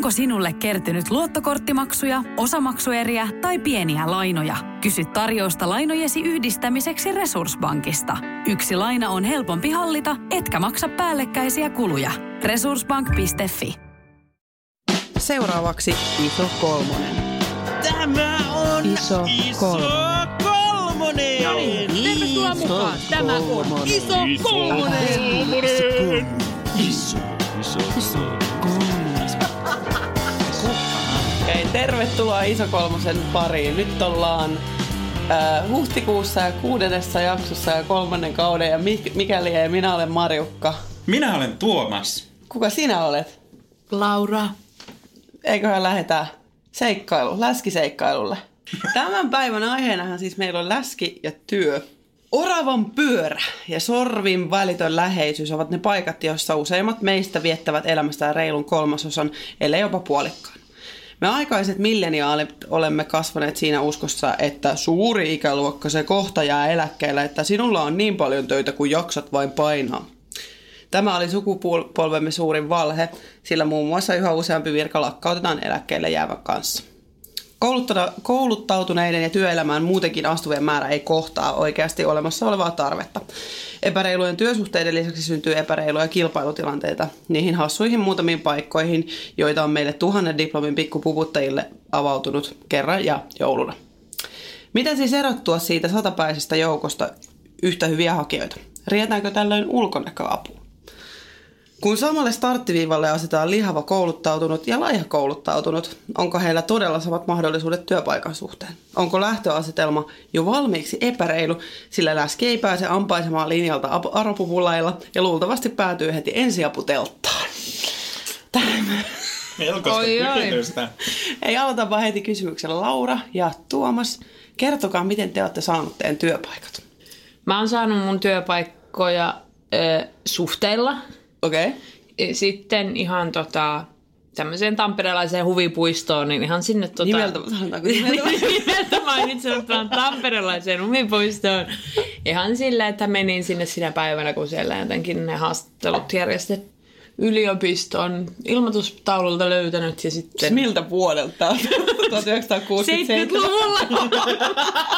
Onko sinulle kertynyt luottokorttimaksuja, osamaksueriä tai pieniä lainoja? Kysy tarjousta lainojesi yhdistämiseksi Resurssbankista. Yksi laina on helpompi hallita, etkä maksa päällekkäisiä kuluja. Resurssbank.fi. Seuraavaksi Iso Kolmonen. Tämä on Iso Kolmonen. No niin, tervetuloa mukaan. Tämä on Iso Kolmonen. Iso. Okei, tervetuloa Iso Kolmosen pariin. Nyt ollaan huhtikuussa ja 6. jaksossa ja 3. kauden. Ja mikäli ei, minä olen Marjukka. Minä olen Tuomas. Kuka sinä olet? Laura. Eiköhän lähdetään läskiseikkailulle. Tämän päivän aiheenahan siis meillä on läski ja työ. Oravan pyörä ja sorvin välitön läheisyys ovat ne paikat, joissa useimmat meistä viettävät elämästään reilun 1/3, ellei jopa puolikkaan. Me aikaiset milleniaalit olemme kasvaneet siinä uskossa, että suuri ikäluokka se kohta jää eläkkeelle, että sinulla on niin paljon töitä kuin jaksat vain painaa. Tämä oli sukupolvemme suurin valhe, sillä muun muassa yhä useampi virka lakkautetaan eläkkeelle jäävän kanssa. Kouluttautuneiden ja työelämään muutenkin astuvien määrä ei kohtaa oikeasti olemassa olevaa tarvetta. Epäreilujen työsuhteiden lisäksi syntyy epäreiluja kilpailutilanteita niihin hassuihin muutamiin paikkoihin, joita on meille 1000 diplomin pikkupuvuttajille avautunut kerran ja jouluna. Miten siis erottua siitä satapäisestä joukosta yhtä hyviä hakijoita? Riittääkö tällöin ulkonäköapua? Kun samalle starttiviivalle asetetaan lihava kouluttautunut ja laiha kouluttautunut, onko heillä todella samat mahdollisuudet työpaikan suhteen? Onko lähtöasetelma jo valmiiksi epäreilu, sillä läski ei pääse ampaisemaan linjalta aropupulailla ja luultavasti päätyy heti ensiaputelttaan? Melkoista tykitystä. Ei, aloitapa heti kysymyksellä. Laura ja Tuomas, kertokaa, miten te olette saaneet teidän työpaikat? Mä oon saanut mun työpaikkoja suhteilla. Okei. Okay. Sitten ihan tämmöiseen tamperelaiseen huvipuistoon, niin ihan sinne Nimeltä mainitsemaan tamperelaiseen huvipuistoon. Ihan sillä, että menin sinne sinä päivänä, kun siellä jotenkin ne haastattelut järjestettiin. Yliopiston ilmoitustaululta löytänyt ja sitten... Miltä vuodelta? 1967. 70-luvulla.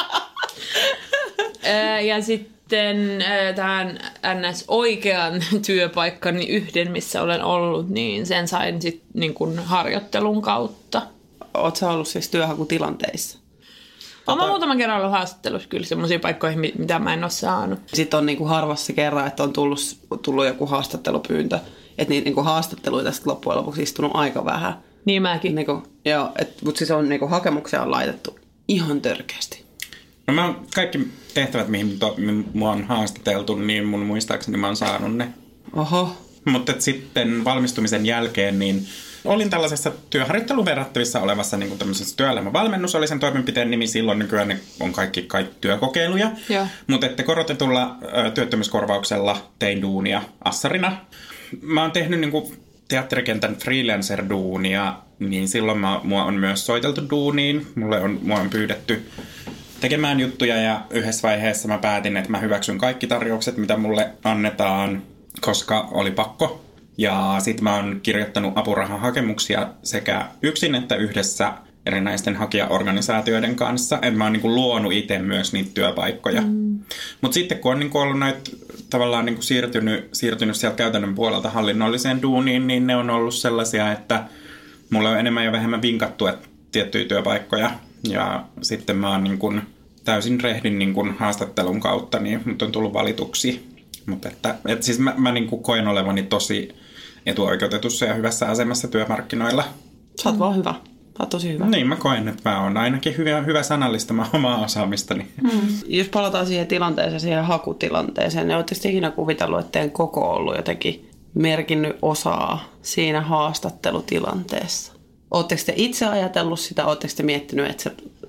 Ja sitten tähän NS-oikean työpaikkani yhden, missä olen ollut, niin sen sain sitten niin kuin harjoittelun kautta. Oletko sä ollut siis työhakutilanteissa? Olen muutaman kerran ollut haastattelussa kyllä semmoisia paikkoja, mitä mä en ole saanut. Sitten on niin kuin harvassa kerran, että on tullut joku haastattelupyyntö. Että niitä niin kuin haastatteluita sitten loppujen lopuksi istunut aika vähän. Niin mäkin. Niin kuin, joo, mutta siis on, niin kuin hakemuksia on laitettu ihan törkeästi. No kaikki tehtävät, mihin mua on haastateltu, niin mun muistaakseni mä oon saanut ne. Oho. Mutta sitten valmistumisen jälkeen niin olin tällaisessa työharjoitteluun verrattavissa olevassa niin kuin tämmöisessä työelämävalmennus oli sen toimenpiteen nimi. Silloin nykyään ne on kaikki työkokeiluja. Mutta että korotetulla työttömyyskorvauksella tein duunia assarina. Mä oon tehnyt niin kuin teatterikentän freelancer-duunia, niin silloin mua on myös soiteltu duuniin. Mua on pyydetty tekemään juttuja ja yhdessä vaiheessa mä päätin, että mä hyväksyn kaikki tarjoukset, mitä mulle annetaan, koska oli pakko. Ja sit mä oon kirjoittanut apurahahakemuksia sekä yksin että yhdessä erinäisten hakijaorganisaatioiden kanssa. Et mä oon niinku luonut itse myös niitä työpaikkoja. Mutta sitten kun on niinku ollut näitä tavallaan niinku siirtynyt sieltä käytännön puolelta hallinnolliseen duuniin, niin ne on ollut sellaisia, että mulla on enemmän ja vähemmän vinkattu tiettyjä työpaikkoja. Ja sitten mä oon niinku täysin rehdin niinku haastattelun kautta, niin mut on tullut valituksi. Mutta että siis mä niinku koen olevani tosi etuoikeutetussa ja hyvässä asemassa työmarkkinoilla. Sä oot vaan hyvä. Sä oot tosi hyvä. Niin, mä koen, että mä oon ainakin hyvä sanallistamaan omaa osaamistani. Jos palataan siihen tilanteeseen, siihen hakutilanteeseen, niin ootteko ikinä kuvitellut, että teidän koko on ollut jotenkin merkinnyt osaa siinä haastattelutilanteessa? Ootteko te itse ajatellut sitä? Ootteko te miettinyt, että se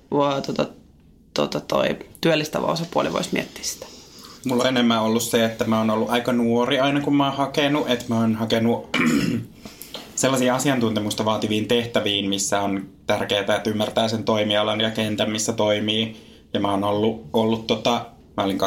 toi työllistävä osapuoli voisi miettiä sitä? Mulla on enemmän ollut se, että mä oon ollut aika nuori aina kun mä oon hakenut. Että mä oon hakenut sellaisia asiantuntemusta vaativiin tehtäviin, missä on tärkeää, että ymmärtää sen toimialan ja kentän, missä toimii. Ja mä oon ollut mä olin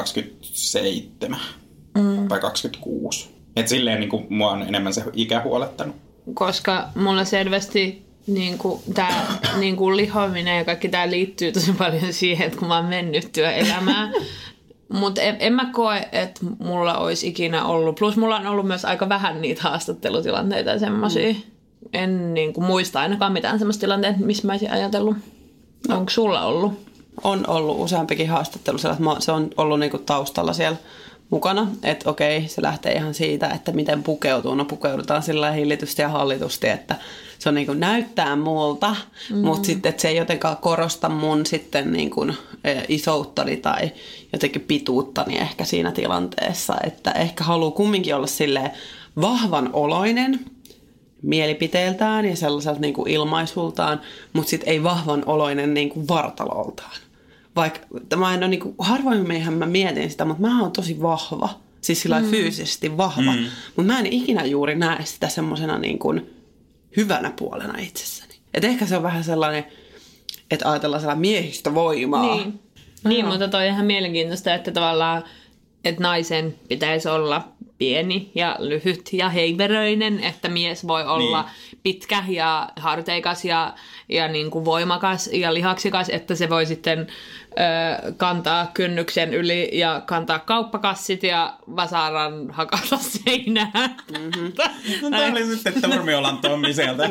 27 vai 26. Että silleen niin kuin mua on enemmän se ikä huolettanut. koska mulla selvästi tämä lihominen ja kaikki tämä liittyy tosi paljon siihen, että kun mä oon mennyt työelämään. Mutta en mä koe, että mulla olisi ikinä ollut. Plus mulla on ollut myös aika vähän niitä haastattelutilanteita ja semmosia. En muista ainakaan mitään semmoista tilanteita, missä mä olisin ajatellut. Onko sulla ollut? On ollut useampikin haastattelu. Se on ollut taustalla siellä mukana. Että okei, se lähtee ihan siitä, että miten pukeutuu. No pukeudutaan sillä hillitysti ja hallitusti, että se on näyttää multa, mutta sitten että se ei jotenkaan korosta mun sitten isouttani tai jotenkin pituuttani ehkä siinä tilanteessa. Että ehkä haluaa kumminkin olla silleen vahvan oloinen mielipiteeltään ja sellaiselta ilmaisultaan, mutta sitten ei vahvan oloinen vartaloltaan. Vaikka mä en ole, harvoin mä mietin sitä, mutta mä oon tosi vahva. Siis sillä fyysisesti vahva. Mutta mä en ikinä juuri näe sitä semmosena hyvänä puolena itsessäni. Et ehkä se on vähän sellainen, että ajatellaan sellainen miehistövoimaa. Niin, mutta toi on ihan mielenkiintoista, että tavallaan, että naisen pitäisi olla pieni ja lyhyt ja heiveröinen, että mies voi olla pitkä ja harteikas ja voimakas ja lihaksikas, että se voi sitten kantaa kynnyksen yli ja kantaa kauppakassit ja vasaran hakata seinään. Tämä oli sitten Turmiolan Tommi sieltä.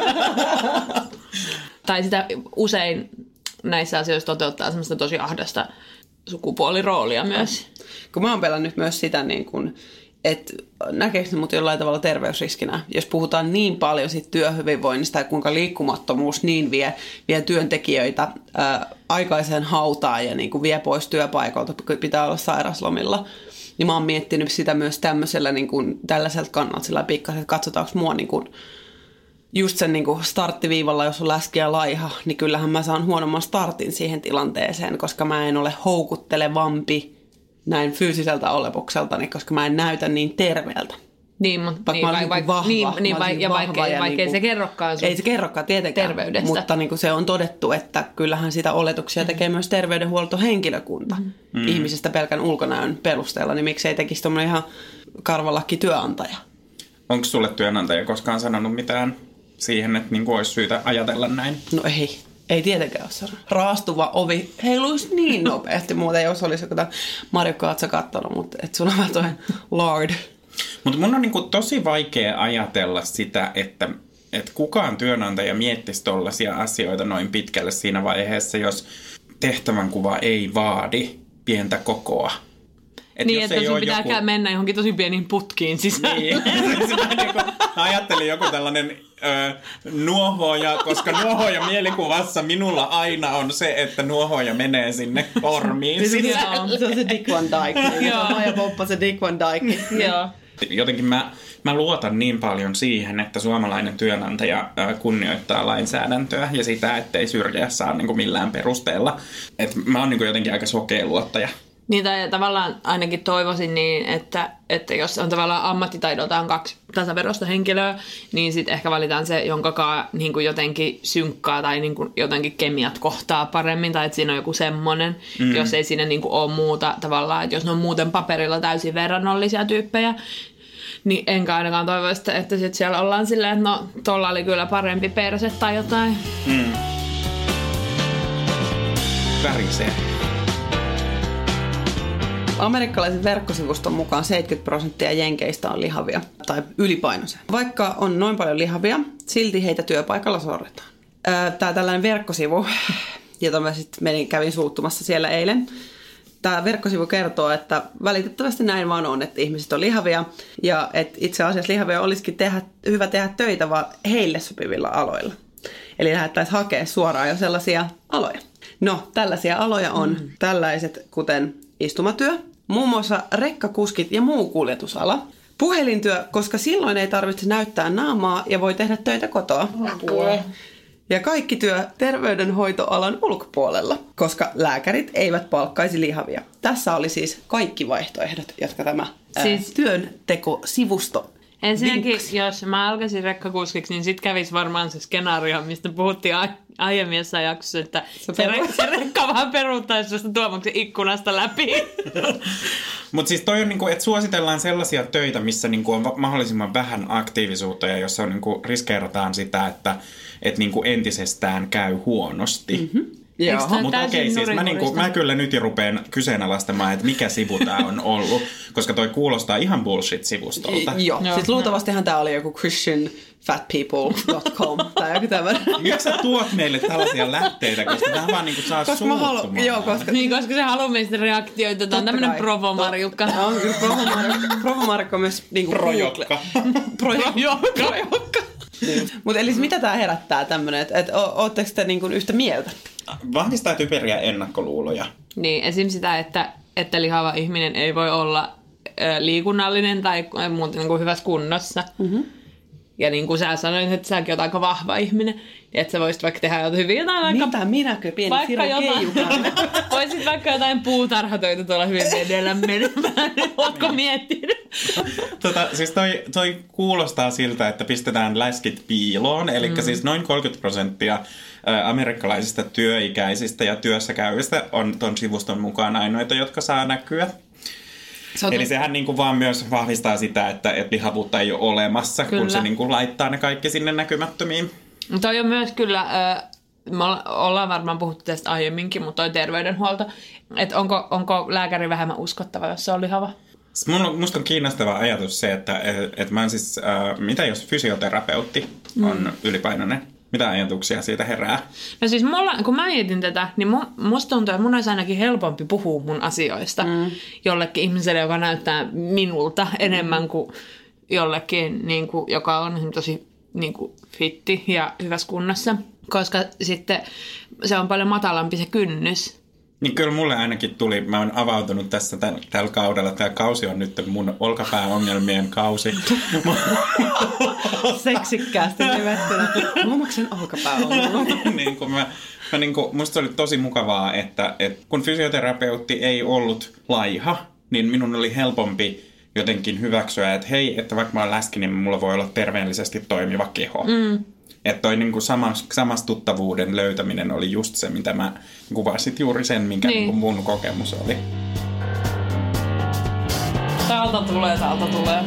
Tai sitä usein näissä asioissa toteuttaa semmoista tosi ahdasta sukupuoliroolia myös. Kun mä oon pelännyt myös sitä, että näkeekö mut jollain tavalla terveysriskinä, jos puhutaan niin paljon siitä työhyvinvoinnista ja kuinka liikkumattomuus niin vie työntekijöitä aikaiseen hautaan ja vie pois työpaikalta, pitää olla sairaslomilla. Niin mä oon miettinyt sitä myös tämmöisellä tällaiselta kannalta sillä pikkasen, että katsotaanko mua just sen starttiviivalla, jos on läski ja laiha, niin kyllähän mä saan huonomman startin siihen tilanteeseen, koska mä en ole houkuttelevampi näin fyysiseltä olemukseltani, koska mä en näytä niin terveeltä. Niin, mutta vaikka se kerrokaan sun. Ei se kerrokaan tietenkään, terveydestä. Mutta se on todettu, että kyllähän sitä oletuksia tekee myös terveydenhuoltohenkilökunta ihmisistä pelkän ulkonäön perusteella, niin miksei tekisi tommoinen ihan karvalakki työnantaja. Onko sulle työnantaja koskaan sanonut mitään siihen, että olisi syytä ajatella näin? No ei tietenkään ole sanonut. Raastuva ovi heiluisi niin nopeasti, muuten jos olisi joku Mario Kaatsa kattonut, mutta et sulla on vähän toinen lord. Mutta mun on tosi vaikea ajatella sitä, että kukaan työnantaja miettisi tollaisia asioita noin pitkälle siinä vaiheessa, jos tehtävänkuva ei vaadi pientä kokoa. Niin, että sun pitää mennä johonkin tosi pieniin putkiin sisään. Niin, ajattelin joku tällainen nuohoja, koska nuohoja mielikuvassa minulla aina on se, että nuohoja menee sinne kormiin sisään. Se on se Dick Van Dyke. Se on Maija Poppa, se Dick Van Dyke. Jotenkin mä luotan niin paljon siihen, että suomalainen työnantaja kunnioittaa lainsäädäntöä ja sitä, ettei syrjää saa millään perusteella. Et mä oon jotenkin aika sokea luottaja. Niin, tai tavallaan ainakin toivoisin niin, että jos on tavallaan ammattitaidoltaan 2 tasaveroista henkilöä, niin sitten ehkä valitaan se, jonka jotenkin synkkaa tai jotenkin kemiat kohtaa paremmin, tai että siinä on joku semmoinen, jos ei siinä ole muuta tavallaan, että jos ne on muuten paperilla täysin verrannollisia tyyppejä, niin enkä ainakaan toivoisi, että sit siellä ollaan silleen, että no, tuolla oli kyllä parempi perse tai jotain. Värisee. Amerikkalaisen verkkosivuston mukaan 70% jenkeistä on lihavia tai ylipainoisia. Vaikka on noin paljon lihavia, silti heitä työpaikalla sorretaan. Tämä tällainen verkkosivu, jota mä sitten kävin suuttumassa siellä eilen. Tämä verkkosivu kertoo, että valitettavasti näin vaan on, että ihmiset on lihavia ja että itse asiassa lihavia olisikin hyvä tehdä töitä vaan heille sopivilla aloilla. Eli lähdettäisiin hakemaan suoraan jo sellaisia aloja. No, tällaisia aloja on tällaiset kuten istumatyö, muun muassa rekkakuskit ja muu kuljetusala. Puhelintyö, koska silloin ei tarvitse näyttää naamaa ja voi tehdä töitä kotoa. Ja kaikki työ terveydenhoitoalan ulkopuolella, koska lääkärit eivät palkkaisi lihavia. Tässä oli siis kaikki vaihtoehdot, jotka tämä työntekosivusto Ensinnäkin, jos mä alkaisin rekkakuskiksi, niin sit kävisi varmaan se skenaario, mistä puhuttiin aiemmin jossain jaksossa, että se rekka vaan peruuttaisi susta Tuomaksen ikkunasta läpi. Mutta siis toi on niinku, että suositellaan sellaisia töitä, missä niinku on mahdollisimman vähän aktiivisuutta ja jossa on niinku riskeerataan sitä, että niinku entisestään käy huonosti. Mm-hmm. Mutta okei, siis mä kyllä nyt jo rupean kyseenalaistamaan, että mikä sivu tää on ollut, koska toi kuulostaa ihan bullshit-sivustolta. Joo, siis luultavastihan tää oli joku christianfatpeople.com tai joku tämmöinen. Miksi sä tuot meille tällaisia lähteitä, koska tää vaan niinku saa suuttumaan? Koska se haluaa meistä reaktioita. Tää on tämmönen provomarjukka. On kyllä provomarjukka myös niinku projokka. Projokka. Mutta eli mitä tää herättää tämmönen, että ootteko te niinku yhtä mieltä? Vahvistaa typeriä ennakkoluuloja. Niin, esim. Sitä, että lihava ihminen ei voi olla liikunnallinen tai muuten niin kuin hyvässä kunnossa. Mm-hmm. Ja niin kuin sä sanoit, että säkin oot aika vahva ihminen, että sä voisit vaikka tehdä hyvin jotain vaikka... Mitä minäkö, pieni Firo Keijukainen? Voisit vaikka jotain puutarhatöitä tuolla hyvin vedellä menemään. Ootko miettinyt? Siis toi kuulostaa siltä, että pistetään läskit piiloon. Eli siis noin 30% amerikkalaisista työikäisistä ja työssä käyvistä on ton sivuston mukaan ainoita, jotka saa näkyä. Eli sehän niinku vaan myös vahvistaa sitä, että lihavuutta ei ole olemassa, kyllä, kun se niinku laittaa ne kaikki sinne näkymättömiin. Toi on myös kyllä, me ollaan varmaan puhuttu tästä aiemminkin, mutta toi terveydenhuolto, että onko lääkäri vähemmän uskottava, jos se on lihava? Musta on kiinnostava ajatus se, että mä oon siis, mitä jos fysioterapeutti on ylipainoinen? Mitä ajatuksia siitä herää? No siis kun mä mietin tätä, niin musta tuntuu, että mun olisi ainakin helpompi puhua mun asioista jollekin ihmiselle, joka näyttää minulta enemmän kuin jollekin, niin kuin, joka on tosi niin kuin, fitti ja hyvässä kunnossa. Koska sitten se on paljon matalampi se kynnys. Niin kyllä mulle ainakin tuli, mä oon avautunut tässä tällä kaudella. Tämä kausi on nyt mun olkapääongelmien kausi. Seksikkäästi nimettynä. Tuomaksen olkapääongelmat. Musta oli tosi mukavaa, että kun fysioterapeutti ei ollut laiha, niin minun oli helpompi jotenkin hyväksyä, että hei, että vaikka mä oon läski, niin mulla voi olla terveellisesti toimiva keho. Että toi niinku samastuttavuuden löytäminen oli just se, mitä mä kuvasit juuri sen, minkä niinku mun kokemus oli. Täältä tulee.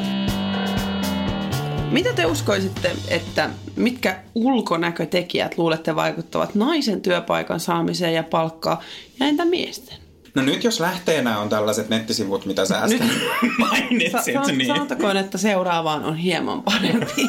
Mitä te uskoisitte, että mitkä ulkonäkötekijät luulette vaikuttavat naisen työpaikan saamiseen ja palkkaan, ja entä miesten? No nyt jos lähteenä on tällaiset nettisivut, mitä sä äsken mainitsit. Niin. Sanotakoon, että seuraavaan on hieman parempi.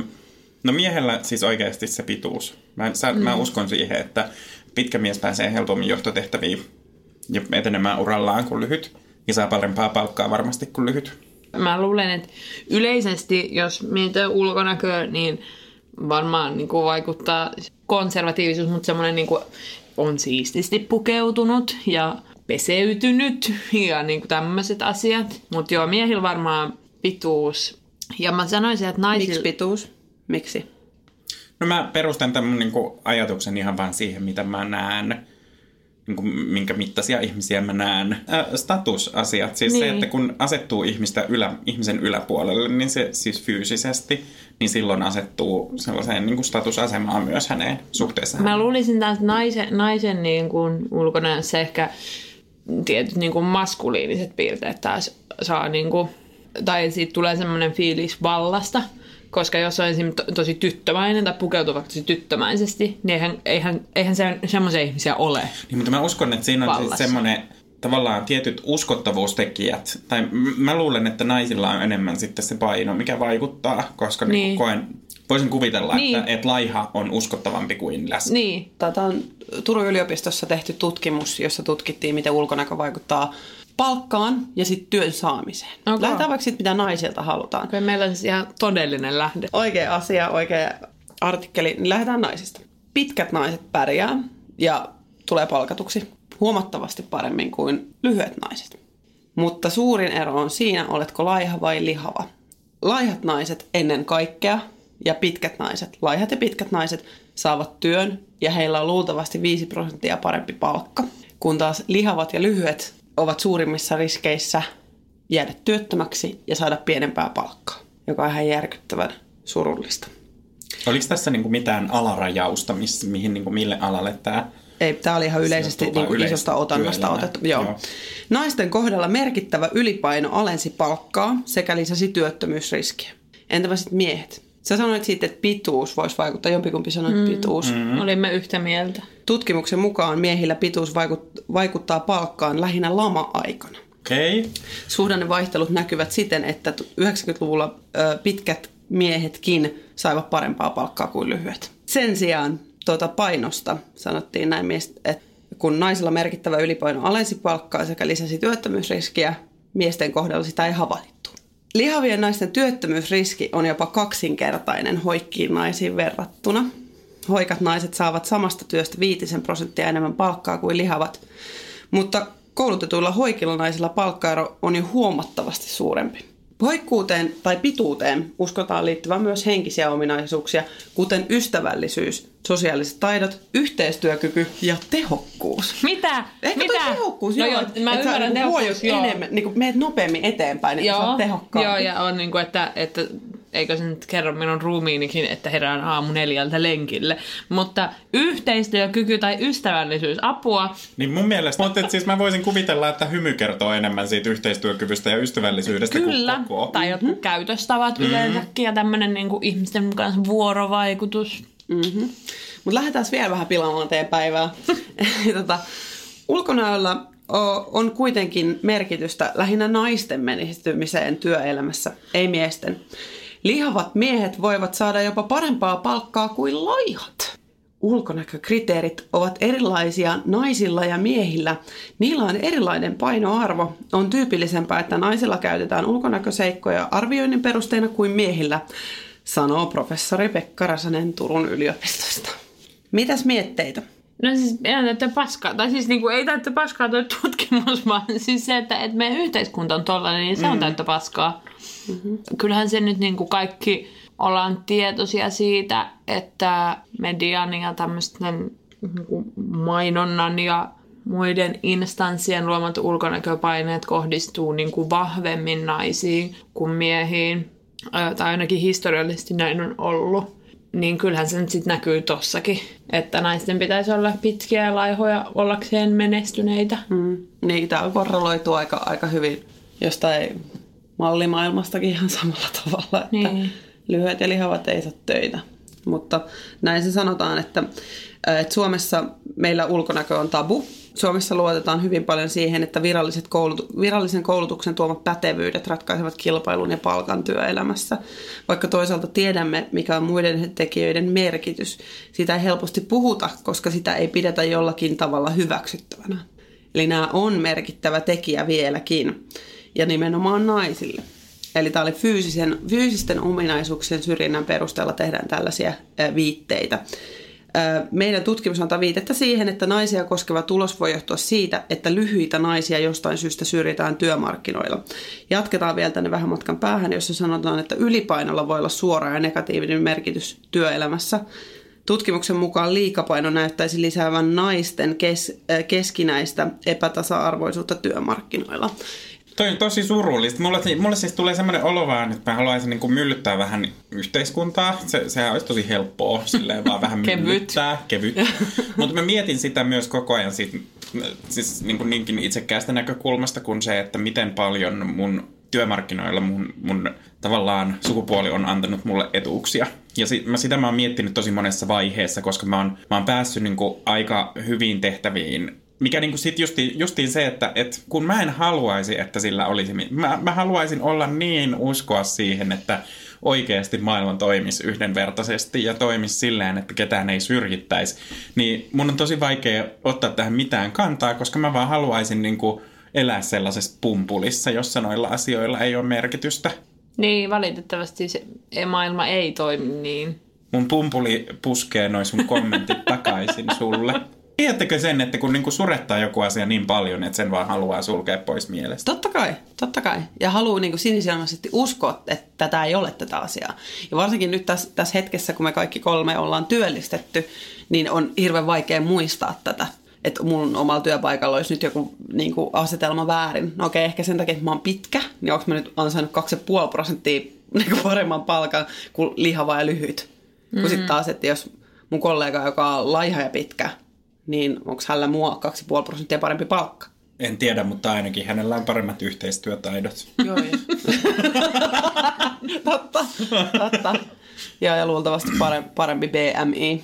No miehellä siis oikeasti se pituus. Mä uskon siihen, että pitkä mies pääsee helpommin johtotehtäviin ja etenemään urallaan kuin lyhyt. Ja saa parempaa palkkaa varmasti kuin lyhyt. Mä luulen, että yleisesti, jos mietitään ulkonäköä, niin varmaan niin kuin vaikuttaa konservatiivisuus, mutta semmoinen niin kuin on siististi pukeutunut ja peseytynyt ja niin kuin tämmöiset asiat. Mutta joo, miehillä varmaan pituus. Ja mä sanoisin, että naisilla... Miksi pituus? Miksi? No mä perustan tämän niinku ajatuksen ihan vaan siihen, mitä mä näen, niinku, minkä mittaisia ihmisiä mä näen. Statusasiat, siis niin. Se, että kun asettuu ihmisen yläpuolelle, niin se siis fyysisesti, niin silloin asettuu sellaiseen niinku statusasemaan myös häneen suhteessa. Mä luulisin taas naisen niin kuin ulkonäössä ehkä tietyt niin kuin maskuliiniset piirteet taas saa, niin kuin, tai siitä tulee semmoinen fiilis vallasta. Koska jos on esimerkiksi tosi tyttömäinen tai pukeutuu vaikka tosi tyttömäisesti, niin eihän semmoisia ihmisiä ole. Niin, mutta mä uskon, että siinä on siis semmoinen tavallaan tietyt uskottavuustekijät. Tai mä luulen, että naisilla on enemmän sitten se paino, mikä vaikuttaa, koska niin. Voisin kuvitella, niin. että laiha on uskottavampi kuin läski. Niin. Tämä on Turun yliopistossa tehty tutkimus, jossa tutkittiin, miten ulkonäkö vaikuttaa palkkaan ja sitten työn saamiseen. Okay. Lähdetään vaikka siitä, mitä naisilta halutaan. Okay, meillä on siis ihan todellinen lähde. Oikea asia, oikea artikkeli. Niin lähdetään naisista. Pitkät naiset pärjää ja tulee palkatuksi huomattavasti paremmin kuin lyhyet naiset. Mutta suurin ero on siinä, oletko laiha vai lihava. Laihat naiset ennen kaikkea ja pitkät naiset, laihat ja pitkät naiset saavat työn ja heillä on luultavasti 5% parempi palkka. Kun taas lihavat ja lyhyet ovat suurimmissa riskeissä jäädä työttömäksi ja saada pienempää palkkaa. joka on ihan järkyttävän surullista. Oliko tässä niinku mitään alarajausta, mihin niinku mille alalle tämä? Ei, tämä oli ihan yleisesti niinku isosta otannasta otettu. Joo. Naisten kohdalla merkittävä ylipaino alensi palkkaa sekä lisäsi työttömyysriskiä. Entäpä sitten miehet? Sä sanoit siitä, että pituus voisi vaikuttaa. Jompikumpi sanoi pituus. Olimme yhtä mieltä. Tutkimuksen mukaan miehillä pituus vaikuttaa palkkaan lähinnä lama-aikana. Okay. Suhdannevaihtelut näkyvät siten, että 90-luvulla pitkät miehetkin saivat parempaa palkkaa kuin lyhyet. Sen sijaan painosta sanottiin näin, että kun naisilla merkittävä ylipaino alensi palkkaa sekä lisäsi työttömyysriskiä, miesten kohdalla sitä ei havaittu. Lihavien naisten työttömyysriski on jopa 2-kertainen hoikkiin naisiin verrattuna. Hoikat naiset saavat samasta työstä 5% enemmän palkkaa kuin lihavat, mutta koulutetuilla hoikilla naisilla palkkaero on jo huomattavasti suurempi. Hoikkuuteen tai pituuteen uskotaan liittyvän myös henkisiä ominaisuuksia, kuten ystävällisyys, sosiaaliset taidot, yhteistyökyky ja tehokkuus. Mitä? Ehkä Mitä? toi tehokkuus, no joo. Mä ymmärrän tehokkuus, joo. Enemmän, niin meet nopeammin eteenpäin, että sä oot tehokkaampi. Joo, ja on niin kuin, että eikö se nyt kerro minun ruumiinikin, että herään aamu 4 lenkille. Mutta yhteistyökyky tai ystävällisyys, apua. Niin mun mielestä, mutta siis mä voisin kuvitella, että hymy kertoo enemmän siitä yhteistyökyvystä ja ystävällisyydestä Kyllä, kuin koko. tai jotkut käytöstavat yleensäkin ja tämmöinen niin kuin ihmisten kanssa vuorovaikutus. Mutta lähdetään vielä vähän pilaamaan teidän päivää. Ulkonäöllä on kuitenkin merkitystä lähinnä naisten menestymiseen työelämässä, ei miesten. Lihavat miehet voivat saada jopa parempaa palkkaa kuin laihat. Ulkonäkökriteerit ovat erilaisia naisilla ja miehillä. Niillä on erilainen painoarvo. On tyypillisempää, että naisilla käytetään ulkonäköseikkoja arvioinnin perusteena kuin miehillä, sanoo professori Pekka Räsänen Turun yliopistosta. Mitäs mietteitä? No siis ei täyttä paskaa, tai siis niinku, ei täyttä paskaa tuo tutkimus, vaan siis se, että meidän yhteiskunta on tollainen, niin se on täyttä paskaa. Kyllähän se nyt niinku kaikki ollaan tietoisia siitä, että median ja tämmöisten niinku mainonnan ja muiden instanssien luomat ulkonäköpaineet kohdistuu niinku vahvemmin naisiin kuin miehiin, tai ainakin historiallisesti näin on ollut. Niin kyllähän se nyt sitten näkyy tossakin, että naisten pitäisi olla pitkiä ja laihoja ollakseen menestyneitä. Niin, tämä on korreloitu aika hyvin jostain mallimaailmastakin ihan samalla tavalla, että lyhyet ja lihavat ei saa töitä. Mutta näin se sanotaan, että Suomessa meillä ulkonäkö on tabu. Suomessa luotetaan hyvin paljon siihen, että virallisen koulutuksen tuomat pätevyydet ratkaisevat kilpailun ja palkan työelämässä. Vaikka toisaalta tiedämme, mikä on muiden tekijöiden merkitys, sitä ei helposti puhuta, koska sitä ei pidetä jollakin tavalla hyväksyttävänä. Eli nämä on merkittävä tekijä vieläkin, ja nimenomaan naisille. Eli tämä oli fyysisten ominaisuuksien syrjinnän perusteella tehdään tällaisia viitteitä. Meidän tutkimus antaa viitettä siihen, että naisia koskeva tulos voi johtua siitä, että lyhyitä naisia jostain syystä syrjitään työmarkkinoilla. Jatketaan vielä tänne vähän matkan päähän, jossa sanotaan, että ylipainolla voi olla suora ja negatiivinen merkitys työelämässä. Tutkimuksen mukaan liikapaino näyttäisi lisäävän naisten keskinäistä epätasa-arvoisuutta työmarkkinoilla. Toi on tosi surullista. Mulle siis tulee semmoinen olo vaan, että mä haluaisin niin kuin myllyttää vähän yhteiskuntaa. Sehän olisi tosi helppoa, silleen vaan vähän myllyttää. Kevyt. Mutta mä mietin sitä myös koko ajan siis niin kuin niinkin itsekkäästä näkökulmasta kuin se, että miten paljon mun työmarkkinoilla mun tavallaan sukupuoli on antanut mulle etuuksia. Ja sitä mä oon miettinyt tosi monessa vaiheessa, koska mä oon päässyt niin kuin aika hyviin tehtäviin. Mikä niinku sit justiin se, että kun mä en haluaisi, että sillä olisi... Mä haluaisin olla niin uskoa siihen, että oikeasti maailma toimisi yhdenvertaisesti ja toimisi silleen, että ketään ei syrjittäisi. Niin mun on tosi vaikea ottaa tähän mitään kantaa, koska mä vaan haluaisin niinku elää sellaisessa pumpulissa, jossa noilla asioilla ei ole merkitystä. Niin, valitettavasti se maailma ei toimi niin. Mun pumpuli puskee noi sun kommentit takaisin sulle. Tiedättekö sen, että kun niinku surettaa joku asia niin paljon, että sen vaan haluaa sulkea pois mielestä? Totta kai. Ja haluaa niinku sinisilmäisesti uskoa, että tätä ei ole tätä asiaa. Ja varsinkin nyt tässä hetkessä, kun me kaikki 3 ollaan työllistetty, niin on hirveän vaikea muistaa tätä. Että mun omalla työpaikalla olisi nyt joku niinku asetelma väärin. No okei, ehkä sen takia, että mä oon pitkä, niin onko mä nyt ansainnut 2,5% niin paremman palkan kuin lihava ja lyhyt. Kun sitten taas, että jos mun kollega, joka on laiha ja pitkä, niin onko hänellä mua 2,5% parempi palkka? En tiedä, mutta ainakin hänellä on paremmat yhteistyötaidot. Joo. Totta. Ja luultavasti parempi BMI.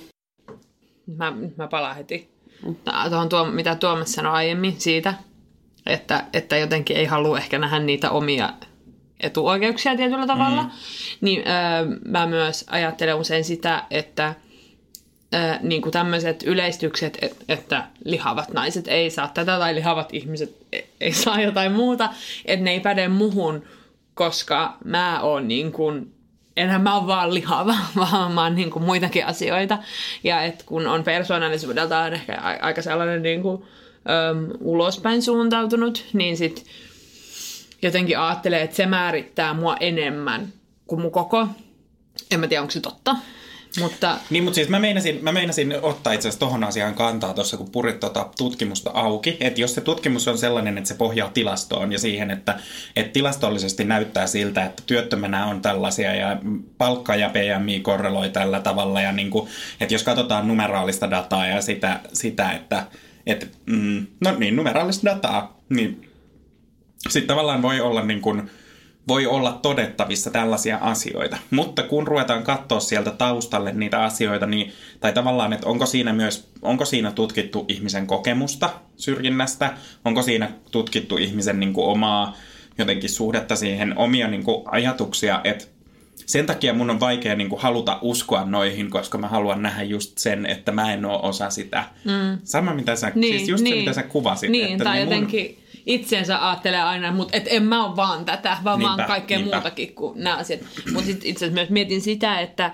Mä palaan heti tuohon, mitä Tuomas sanoi aiemmin siitä, että jotenkin ei halua ehkä nähdä niitä omia etuoikeuksia tietyllä tavalla. Niin mä myös ajattelen usein sitä, että niin kuin tämmöiset yleistykset, että lihavat naiset ei saa tätä tai lihavat ihmiset ei saa jotain muuta, että ne ei päde muhun, koska mä oon niin kuin, enhän mä oon vaan lihava, vaan mä oon niin kuin muitakin asioita. Ja että kun on persoonallisuudeltaan ehkä aika sellainen niin kuin, ulospäin suuntautunut, niin sit jotenkin ajattelee, että se määrittää mua enemmän kuin mun koko. En mä tiedä, onko se totta. Mutta siis mä meinasin ottaa itse asiassa tohon asiaan kantaa tuossa, kun purit tutkimusta auki. Että jos se tutkimus on sellainen, että se pohjaa tilastoon ja siihen, että tilastollisesti näyttää siltä, että työttömänä on tällaisia ja palkka ja PMI korreloi tällä tavalla. Ja niin kuin, että jos katsotaan numeraalista dataa ja sitä että numeraalista dataa, niin sitten tavallaan voi olla todettavissa tällaisia asioita. Mutta kun ruvetaan katsoa sieltä taustalle niitä asioita, niin, tai tavallaan, että onko siinä tutkittu ihmisen kokemusta syrjinnästä, onko siinä tutkittu ihmisen niin kuin omaa jotenkin suhdetta siihen, omia niin kuin ajatuksia, että sen takia mun on vaikea niin kuin haluta uskoa noihin, koska mä haluan nähdä just sen, että mä en ole osa sitä. Sama mitä sä, siis just se mitä sä kuvasit. Niin, että tai jotenkin itsensä ajattelee aina, mutta et en mä ole vaan tätä, vaan mä oon kaikkea muutakin kuin nämä asiat. Mutta itse asiassa myös mietin sitä, että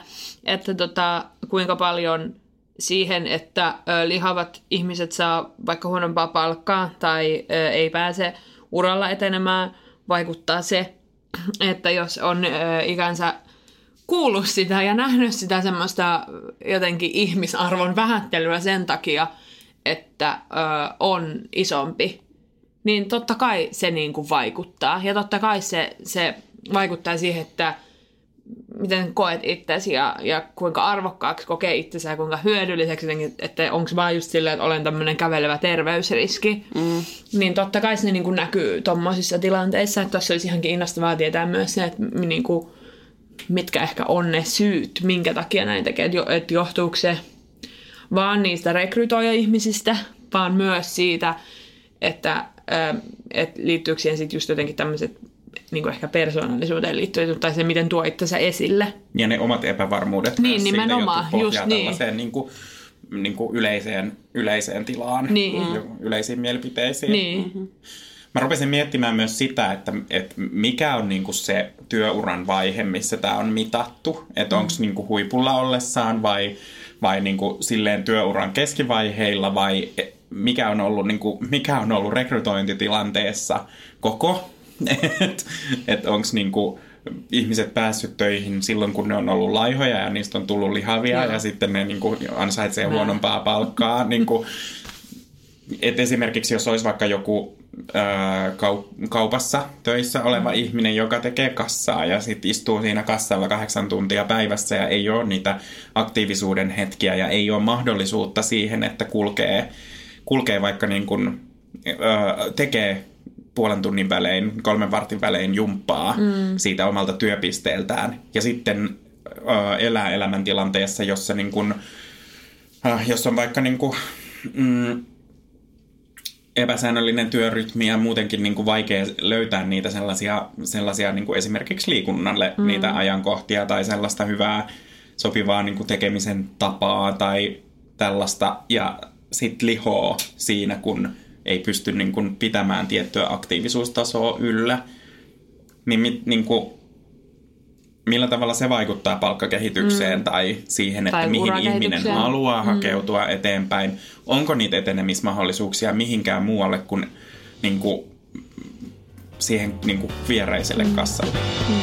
kuinka paljon siihen, että lihavat ihmiset saa vaikka huonompaa palkkaa tai ei pääse uralla etenemään, vaikuttaa se, että jos on ikänsä kuullut sitä ja nähnyt sitä semmoista jotenkin ihmisarvon vähättelyä sen takia, että on isompi, niin totta kai se niin kuin vaikuttaa. Ja totta kai se vaikuttaa siihen, että miten koet itsesi ja kuinka arvokkaaksi kokee itsesi ja kuinka hyödylliseksi, että onko vaan just silleen, että olen tämmöinen kävelevä terveysriski. Niin totta kai se niin kuin näkyy tommosissa tilanteissa. Että tuossa olisi ihan kiinnostavaa tietää myös se, että niin kuin, mitkä ehkä on ne syyt, minkä takia näin tekee. Että johtuuko se vaan niistä rekrytoija-ihmisistä, vaan myös siitä, että liittyykö siihen sitten just jotenkin tämmöiset niin ehkä persoonallisuuteen liittyen, tai se, miten tuo itsensä esille. Ja ne omat epävarmuudet niin, myös nimenomaan, siitä, just niin. Tällaiseen niin kuin yleiseen tilaan, yleisiin mielipiteisiin. Niin. Mä rupesin miettimään myös sitä, että mikä on niin kuin se työuran vaihe, missä tämä on mitattu. Että onko niin kuin huipulla ollessaan vai niin kuin silleen työuran keskivaiheilla vai mikä on ollut rekrytointitilanteessa koko. Että onko niinku ihmiset päässyt töihin silloin, kun ne on ollut laihoja ja niistä on tullut lihavia ja sitten ne niinku ansaitsee huonompaa palkkaa. Niinku, et esimerkiksi jos olisi vaikka joku kaupassa töissä oleva ihminen, joka tekee kassaa ja sitten istuu siinä kassalla 8 tuntia päivässä ja ei ole niitä aktiivisuuden hetkiä ja ei ole mahdollisuutta siihen, että kulkee vaikka niin kuin, tekee puolen tunnin välein, 3 vartin välein jumppaa siitä omalta työpisteeltään. Ja sitten elää elämäntilanteessa, jossa niin kuin, jos on vaikka niin kuin, epäsäännöllinen työrytmi ja muutenkin niin kuin vaikea löytää niitä sellaisia niin kuin esimerkiksi liikunnalle niitä ajankohtia tai sellaista hyvää sopivaa niin kuin tekemisen tapaa tai tällaista. Ja sitten lihoo siinä, kun ei pysty niin kuin pitämään tiettyä aktiivisuustasoa yllä, niin kuin, millä tavalla se vaikuttaa palkkakehitykseen tai siihen, että mihin ihminen haluaa hakeutua eteenpäin. Onko niitä etenemismahdollisuuksia mihinkään muualle kuin, siihen niin kuin viereiselle kassalle?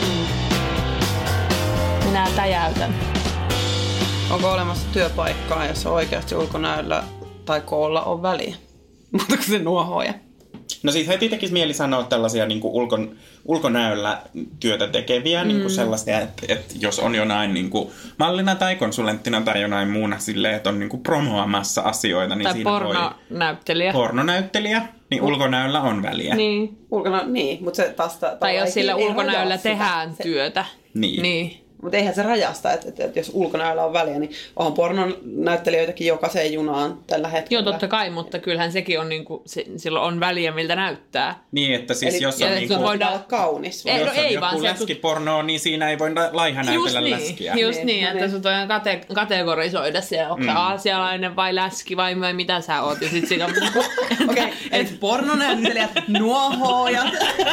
Minä täjäytän. Onko olemassa työpaikkaa, jossa oikeasti ulkonäöllä tai koolla on väliä? Mutta kun se nuohoja. No siis heti tekisi mieli sanoa tällaisia niin kuin ulkonäöllä työtä tekeviä, niin kuin sellaisia, että jos on jonain niin kuin mallina tai konsulenttina tai jonain muuna silleen, että on niin kuin promoamassa asioita, niin tai siinä pornonäyttelijä. Pornonäyttelijä, niin ulkonäöllä on väliä. Niin. Niin, mutta se taas... Tai jos sillä ulkonäöllä tehdään työtä. Niin. Mutta eihän se rajasta, että jos ulkonäöllä on väliä, niin onhan pornonäyttelijöitäkin jokaiseen junaan tällä hetkellä. Joo, totta kai, mutta kyllähän sekin on niinku, silloin on väliä, miltä näyttää. Niin, että siis eli, jos on niinku... voidaan olla kaunis. Ei, jos on ei, joku vaan läskipornoa, niin siinä ei voi laiha näytellä läskiä. Just niin, että sut voidaan kategorisoida se, onko sä aasialainen vai läski vai mitä sä oot. Ja sit siinä on niinku... Okei, eli pornonäyttelijät, nuohoojat...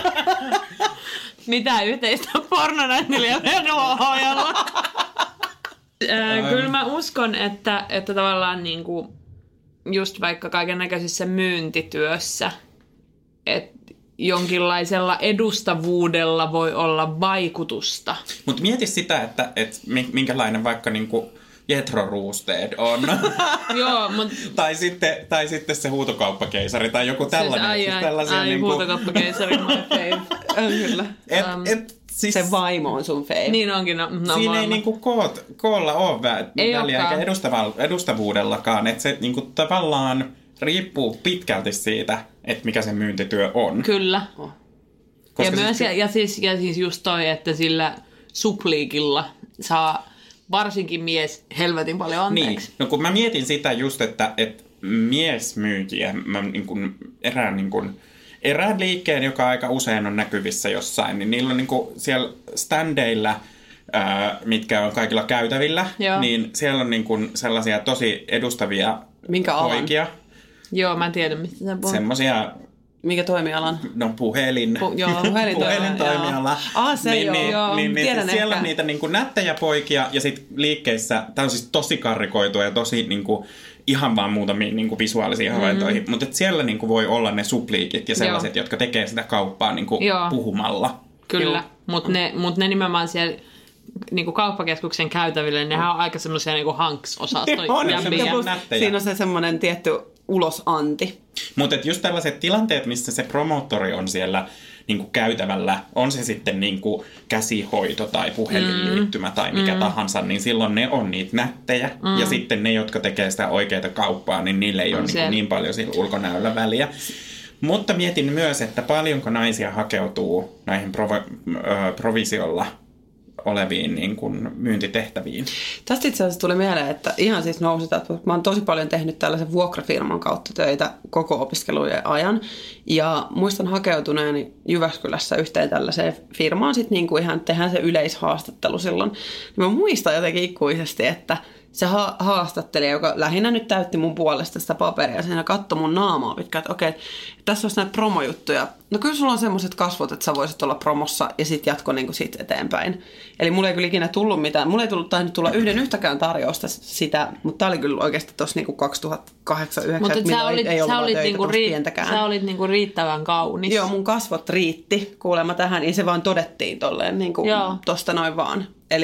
Mitä yhteistä pornonäyttelijällä ja nuohoojalla? Kyllä mä uskon, että tavallaan niinku just vaikka kaiken näköisissä myyntityössä, että jonkinlaisella edustavuudella voi olla vaikutusta. Mutta mieti sitä, että minkälainen vaikka niinku Jethro Roosted on. Joo, mut... tai sitten se huutokauppakeisari tai joku tällainen. Huutokauppakeisari, my fave. Kyllä. Siis, se vaimo on sun fave. Niin onkin. Siinä ei niinku koolla ole väliä eikä edustavuudellakaan. Että se niinku tavallaan riippuu pitkälti siitä, että mikä se myyntityö on. Kyllä. Ja myös siis just toi, että sillä supliikilla saa varsinkin mies helvetin paljon anteeksi. Niin. No kun mä mietin sitä just, että miesmyyjiä, mä erään liikkeen, joka aika usein on näkyvissä jossain, niin niillä on niinku siellä standeilla, mitkä on kaikilla käytävillä, niin siellä on niinku sellaisia tosi edustavia poikia. Joo, mä en tiedä, mistä sä puhut. Semmosia... Mikä toimialan? No puhelin. Puhelintoimiala. Se joo. Niin, siellä on niitä niinku nättejä poikia ja sit liikkeissä, tää on siis tosi karrikoitua ja tosi niinku ihan vaan muutamiin niinku visuaalisiin havaintoihin, mutta siellä niinku voi olla ne supliikit ja sellaiset, jotka tekee sitä kauppaa niinku puhumalla. Kyllä, mutta ne nimenomaan siellä niinku kauppakeskuksen käytäville, nehän on aika semmoisia niinku hanks-osastoja. Siinä on se semmoinen tietty ulosanti. Mutta just tällaiset tilanteet, missä se promoottori on siellä niinku käytävällä, on se sitten niinku käsihoito tai puhelinliittymä tai mikä tahansa, niin silloin ne on niitä nättejä. Ja sitten ne, jotka tekee sitä oikeaa kauppaa, niin niille ei ole niin paljon sillä ulkonäöllä väliä. Mutta mietin myös, että paljonko naisia hakeutuu näihin provisiolla oleviin niin kuin myyntitehtäviin. Tästä itse asiassa tuli mieleen, että ihan siis nousi, että mä oon tosi paljon tehnyt tällaisen vuokrafirman kautta töitä koko opiskelujen ajan. Ja muistan hakeutuneeni Jyväskylässä yhteen tällaiseen firmaan, sitten niin kuin ihan tehdään se yleishaastattelu silloin. Mä muistan jotenkin ikuisesti, että se haastattelija, joka lähinnä nyt täytti mun puolesta sitä paperia, siinä katsoi mun naamaa pitkään, että okei, tässä olisi näitä promojuttuja. No kyllä sulla on semmoiset kasvot, että sä voisit olla promossa ja sitten jatko niin kuin siitä eteenpäin. Eli mulla ei kyllä ikinä tullut mitään. Mulla ei tainnut tulla yhtäkään tarjousta sitä, mutta tää oli kyllä oikeasti tuossa niin 2008-2009, milloin ei ollut vaan töitä tuossa pientäkään. Sä olit niinku riittävän kaunis. Joo, mun kasvot riitti kuulemma tähän, niin se vaan todettiin tolleen niin kuin tosta noin vaan.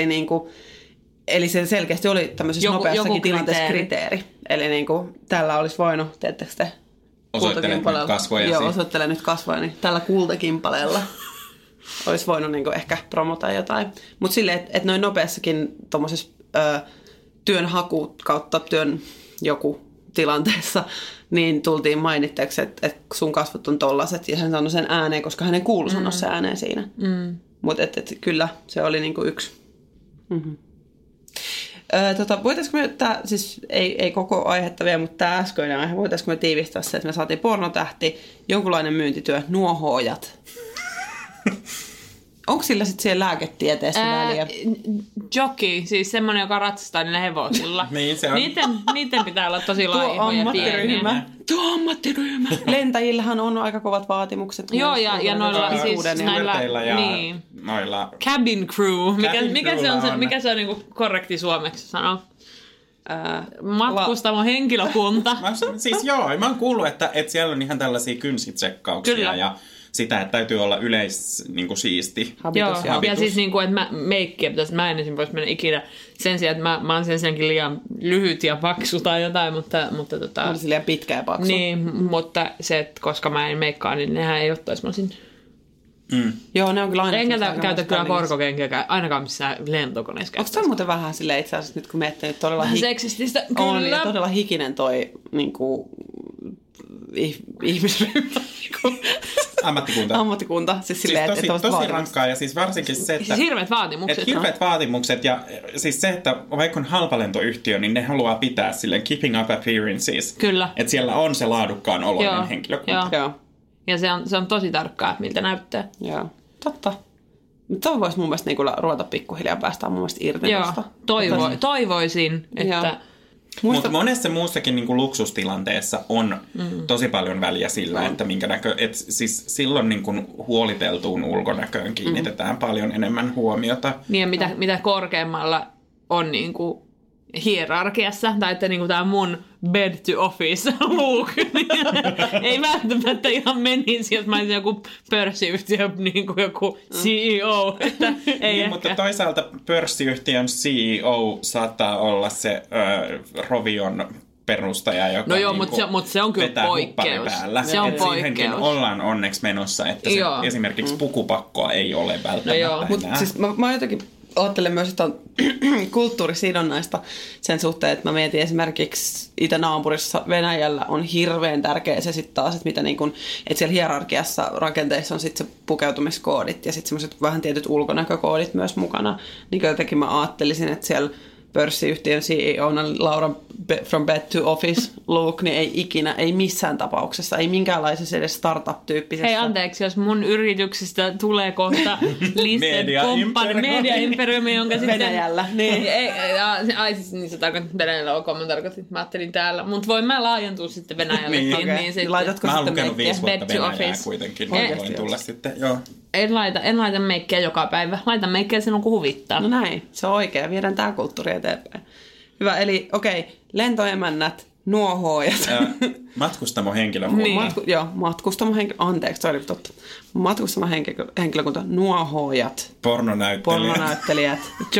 Eli se selkeästi oli tämmöisessä nopeassakin tilanteessa kriteeri. Eli niin kuin tällä olisi voinut, teettekö te? Osoittele nyt kasvojasi. Joo, osoittele nyt kasvojani. Tällä kultakimpaleella olisi voinut niin kuin ehkä promota jotain. Mutta silleen, että noin nopeassakin tuommoisessa työnhaku kautta työn joku tilanteessa, niin tultiin mainitteeksi, että sun kasvot on tollaset. Ja hän sanoi sen ääneen, koska hänen kuului sanoa se ääneen siinä. Mutta kyllä, se oli niin kuin yksi. Mm-hmm. Voitaisiko me, siis ei koko aihetta vielä, mutta tämä äskeinen aihe, voitaisiko me tiivistää se, että me saatiin pornotähti, jonkunlainen myyntityö, nuohoojat. Onko sillä sitten siellä lääketieteessä väliä? Jockey, siis semmoinen, joka ratsastaa niillä hevosilla. Niin se on. Niiden pitää olla tosi laihoja pieniä. Tuo ammattiryhmä. Lentäjillähän on aika kovat vaatimukset. Joo, ja noilla siis näillä ja noilla cabin crew. Mikä se on niinku korrekti suomeksi sanoa? Matkustamon henkilökunta. Siis joo, mä oon kuullut, että siellä on ihan tällaisia kynsitsekkauksia ja sitä, että täytyy olla siisti. Habitus. Ja siis niinku, että meikkiä pitäisi, mä en esimerkiksi voisi mennä ikinä sen sijaan, että mä oon sen sijaankin liian lyhyt ja paksu tai jotain, mutta on se liian pitkä ja paksu. Niin, mutta se, että koska mä en meikkaa, niin nehän ei ottaisi mä sinne. Joo, ne on kyllä aina. Enkä käytä kyllä korkokenkiä ainakaan missään lentokoneessa käytä. Onko toi muuten vähän silleen itse asiassa nyt kun miettii, että todella seksististä, on, kyllä. ja todella hikinen toi niinku ihmisryhmä. Ammattikunta. Siis silleen, siis tosi rankkaa ja siis varsinkin se, että... Siis hirveät vaatimukset. Hirveät vaatimukset ja siis se, että vaikka on halpalentoyhtiö, niin ne haluaa pitää silleen keeping up appearances. Kyllä. Että siellä on se laadukkaan oloinen henkilökunta. Joo. Ja se on tosi tarkkaa, miltä näyttää. Joo, totta. Toi voisi mun mielestä niinku ruveta pikkuhiljaa päästään mun mielestä irti tosta. Toivoisin, että... Mutta monessa muussakin niinku luksustilanteessa on tosi paljon väliä sillä, että minkä näkö... Et siis silloin niinku huoliteltuun ulkonäköön kiinnitetään paljon enemmän huomiota. Niin ja mitä korkeammalla on niinku hierarkiassa, tai että niinku tää mun bed to office look, ei välttämättä ihan menisi, jos mä olisin joku pörssiyhtiö, niinku joku CEO. Että ei niin, mutta toisaalta pörssiyhtiön CEO saattaa olla se Rovion perustaja, joka no joo, mutta se on kyllä poikkeus. Se on poikkeus. Siihenkin ollaan onneksi menossa, että se esimerkiksi pukupakkoa ei ole välttämättä enää. Mutta siis mä jotenkin ajattelen myös, että on kulttuurisidonnaista sen suhteen, että mä mietin esimerkiksi Itä-naapurissa Venäjällä on hirveän tärkeä se sitten taas, että, mitä niin kun, että siellä hierarkiassa rakenteissa on sitten se pukeutumiskoodit ja sitten semmoiset vähän tietyt ulkonäkökoodit myös mukana. Niin jotenkin mä ajattelisin, että siellä pörssiyhtiön CEOna Laura from bed to office look, niin ei ikinä, ei missään tapauksessa, ei minkäänlaisessa edes startup-tyyppisessä. Hei anteeksi, jos mun yrityksestä tulee kohta listed company, media imperiumi, jonka sitten... Venäjällä, niin. Ai siis niin se tarkoittaa Venäjällä, ok, mä tarkoitin, mä ajattelin täällä, mutta voin mä laajentua sitten Venäjällekin. niin, okay. Niin sitten, laitatko mä oon sitten lukenut 5 vuotta Venäjää office. kuitenkin, niin voin tulla sitten, joo. En laita meikkiä joka päivä. Laitan meikkiä silloin, kun huvittaa. No näin, se on oikein. Viedään tää kulttuuri eteenpäin. Hyvä, eli lentoemännät, nuohoojat. Matkustamon henkilökunta. Niin. Matkustamon henkilökunta. Anteeksi, se oli totta. Matkustamon henkilökunta, nuohoojat. Pornonäyttelijät.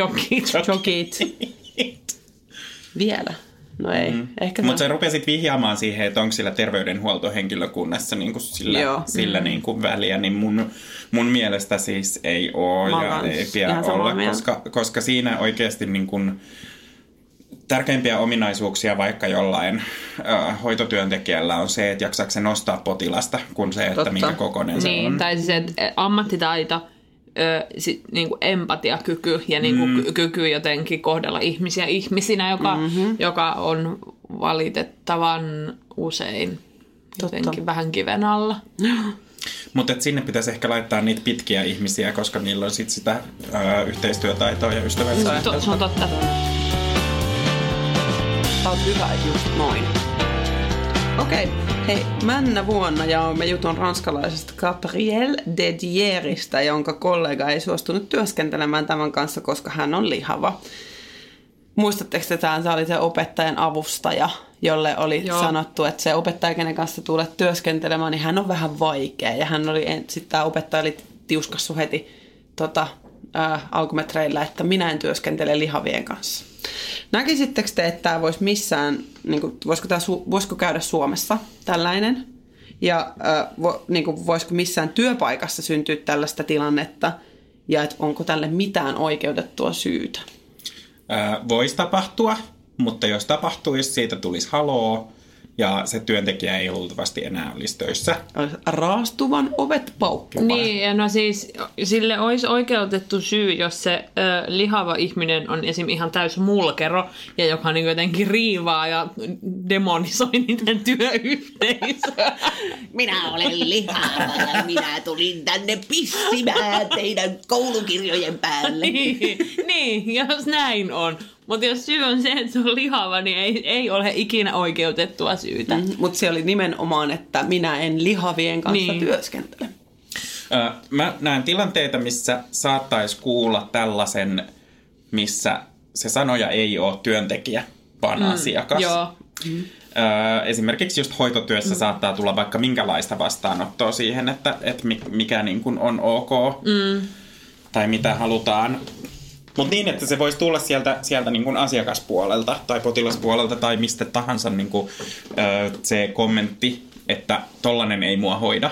Jokit. Vielä. No ei. Mutta sä rupesit vihjaamaan siihen, että onko sillä terveydenhuoltohenkilökunnassa niinku sillä niinku väliä, niin mun mielestä siis ei ole ja ei pidä olla, koska siinä oikeasti niinku tärkeimpiä ominaisuuksia vaikka jollain hoitotyöntekijällä on se, että jaksaako se nostaa potilasta, kuin se, että minkä kokoinen se on. Tai siis ammattitaito, niinku empatiakyky ja niinku kyky jotenkin kohdella ihmisiä ihmisinä, joka on valitettavan usein jotenkin vähän kiven alla. Mutta sinne pitäisi ehkä laittaa niitä pitkiä ihmisiä, koska niillä on sit sitä yhteistyötaitoa ja ystävällisyyttä. Se on totta. Sä oot hyvä, just noin. Okei, hei, männä vuonna jaoimme jutun ranskalaisesta Gabriel Dedieristä, jonka kollega ei suostunut työskentelemään tämän kanssa, koska hän on lihava. Muistatteko te tämän? Se oli se opettajan avustaja, jolle oli sanottu, että se opettaja, kenen kanssa tulet työskentelemään, niin hän on vähän vaikea. Ja hän oli, sitten tämä opettaja oli tiuskassu heti alkumetreillä, että minä en työskentele lihavien kanssa. Näkisittekö te, että tämä voisi missään, niin kuin, voisiko käydä Suomessa tällainen? Ja niin kuin, voisiko missään työpaikassa syntyä tällaista tilannetta? Ja että onko tälle mitään oikeutettua syytä? Voisi tapahtua, mutta jos tapahtuisi, siitä tulisi haloo. Ja se työntekijä ei luultavasti enää olisi töissä. Raastuvan ovet paukkumaan. Niin, ja no siis sille olisi oikeutettu syy, jos se lihava ihminen on esim. Ihan täys mulkero, ja joka niin jotenkin riivaa ja demonisoi niiden työyhteisöä. Minä olen lihava ja minä tulin tänne pissimään teidän koulukirjojen päälle. Niin, jos näin on. Mutta jos syy on se, että se on lihava, niin ei ole ikinä oikeutettua syytä. Mutta se oli nimenomaan, että minä en lihavien kanssa työskentele. Mä näen tilanteita, missä saattaisi kuulla tällaisen, missä se sanoja ei ole työntekijä, vaan asiakas. Joo. Esimerkiksi just hoitotyössä saattaa tulla vaikka minkälaista vastaanottoa siihen, että mikä niin kuin on ok tai mitä halutaan. Mutta niin, että se voisi tulla sieltä niin kuin asiakaspuolelta tai potilaspuolelta tai mistä tahansa niin kuin, se kommentti, että tollanen ei mua hoida.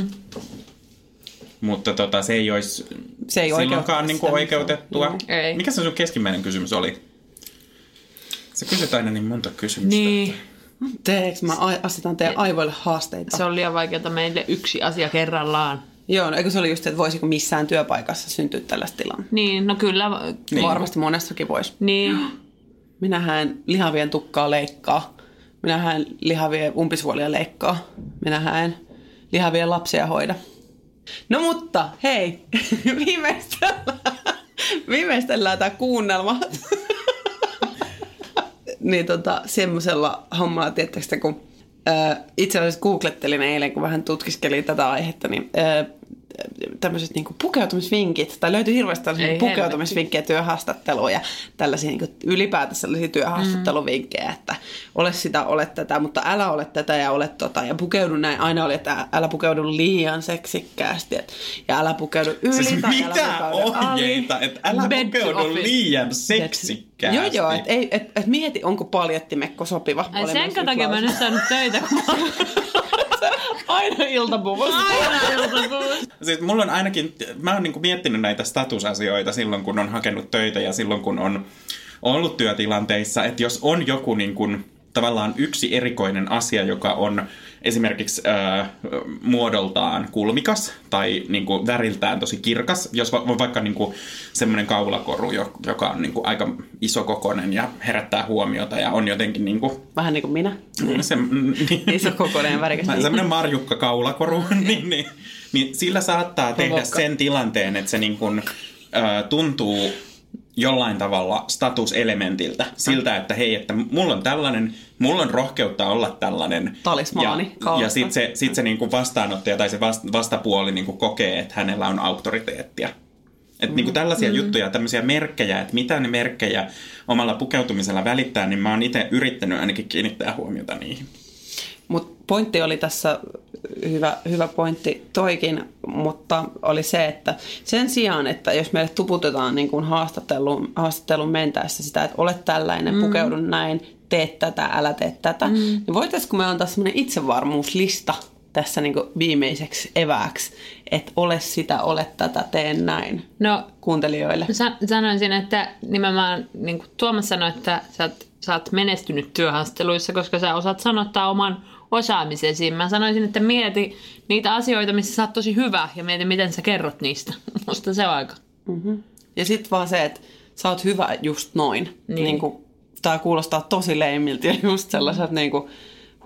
Mutta se ei olisi silloinkaan niin kuin oikeutettua. Mikä se sun keskimmäinen kysymys oli? Sä kysyt aina niin monta kysymystä. Niin. Teekö mä asetan teidän aivoille haasteita? Se on liian vaikeaa meille yksi asia kerrallaan. Joo, eikö se oli just, että voisiko missään työpaikassa syntyä tällaista tilannetta? Niin, no kyllä. Niin. Varmasti monessakin voisi. Niin. Minähän lihavien tukkaa leikkaa. Minähän lihavien umpisuolia leikkaa. Minähän lihavien lapsia hoida. No mutta, hei, viimeistellään tämä kuunnelma. Niin semmoisella hommalla, tietysti kun itse asiassa googlettelin eilen, kun vähän tutkiskelin tätä aihetta, niin tämmöiset niinku pukeutumisvinkit, tai löytyi hirveästi tällaisia pukeutumisvinkkejä työhaastatteluun ja tällaisia niinku ylipäätänsä sellaisia työhaastatteluvinkkejä, että ole sitä, ole tätä, mutta älä ole tätä ja ole tota, ja pukeudu näin. Aina oli, että älä pukeudu liian seksikkäästi, ja älä pukeudu yli siis tai mitä älä pukeudu ohjeita, että älä pukeudu liian seksikkäästi. Joo, et mieti, onko paljettimekko sopiva. Ai sen takia mä en nyt saanut töitä, kun aina iltapuvussa. Siis mulla on ainakin, mä oon niinku miettinyt näitä statusasioita silloin, kun on hakenut töitä ja silloin, kun on ollut työtilanteissa, että jos on joku niinku, tavallaan yksi erikoinen asia, joka on esimerkiksi muodoltaan kulmikas tai niinku väriltään tosi kirkas, jos on vaikka niinku semmoinen kaulakoru, joka on niinku aika isokokoinen ja herättää huomiota ja on jotenkin niinku vähän niin kuin minä. Isokokoinen ja värikäs. Semmoinen marjukka kaulakoru, niin sillä saattaa tehdä sen tilanteen, että se niinku, tuntuu jollain tavalla statuselementiltä. Siltä, että hei, että mulla on tällainen, mulla on rohkeutta olla tällainen. Talismaani. Ja sit se niinku vastaanottaja tai se vastapuoli niinku kokee, että hänellä on auktoriteettia. Että niinku tällaisia juttuja, tämmöisiä merkkejä, että mitä ne merkkejä omalla pukeutumisella välittää, niin mä oon itse yrittänyt ainakin kiinnittää huomiota niihin. Mutta pointti oli tässä, hyvä pointti toikin, mutta oli se, että sen sijaan, että jos meille tuputetaan niin kuin haastattelun mentäessä sitä, että ole tällainen, pukeudu näin, tee tätä, älä tee tätä, niin voitaisiinko me antaa semmoinen itsevarmuuslista tässä niin kuin viimeiseksi evääksi, että ole sitä, ole tätä, tee näin kuuntelijoille? Sanoisin, että nimenomaan niin kuin Tuomas sanoi, että sä oot menestynyt työhaastatteluissa, koska sä osaat sanottaa oman osaamisesi. Mä sanoisin, että mieti niitä asioita, missä sä oot tosi hyvä ja mieti, miten sä kerrot niistä. Musta se on aika. Ja sit vaan se, että sä oot hyvä just noin. Niin kuin, tää kuulostaa tosi leimiltä ja just sellaiselta niin kuin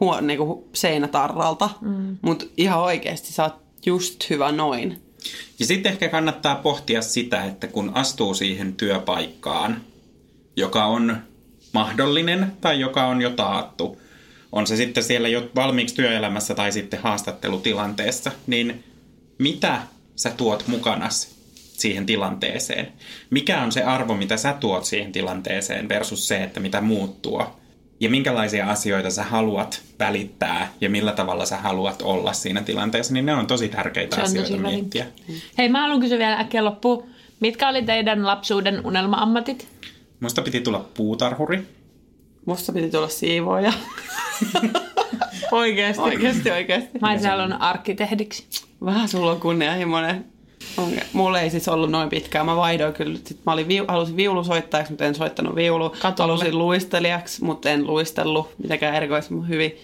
seinätarralta. Mutta ihan oikeasti sä oot just hyvä noin. Ja sitten ehkä kannattaa pohtia sitä, että kun astuu siihen työpaikkaan, joka on mahdollinen tai joka on jo taattu, on se sitten siellä jo valmiiksi työelämässä tai sitten haastattelutilanteessa, niin mitä sä tuot mukanasi siihen tilanteeseen? Mikä on se arvo, mitä sä tuot siihen tilanteeseen versus se, että mitä muut tuo? Ja minkälaisia asioita sä haluat välittää ja millä tavalla sä haluat olla siinä tilanteessa, niin ne on tosi tärkeitä asioita miettiä. Hei, mä haluan kysyä vielä äkkiä loppuun. Mitkä oli teidän lapsuuden unelma-ammatit? Musta piti tulla puutarhuri. Musta piti tulla siivooja. Oikeasti. Oikeasti. Mä olisin halunnut arkkitehdiksi. Vähän sulla on kunnianhimoinen. Mulla ei siis ollut noin pitkään. Mä vaihdoin kyllä. Sitten mä halusin viulusoittajaksi, mutta en soittanut viulua. Halusin luistelijaksi, mutta en luistellut mitenkään erikoisemmin hyvin.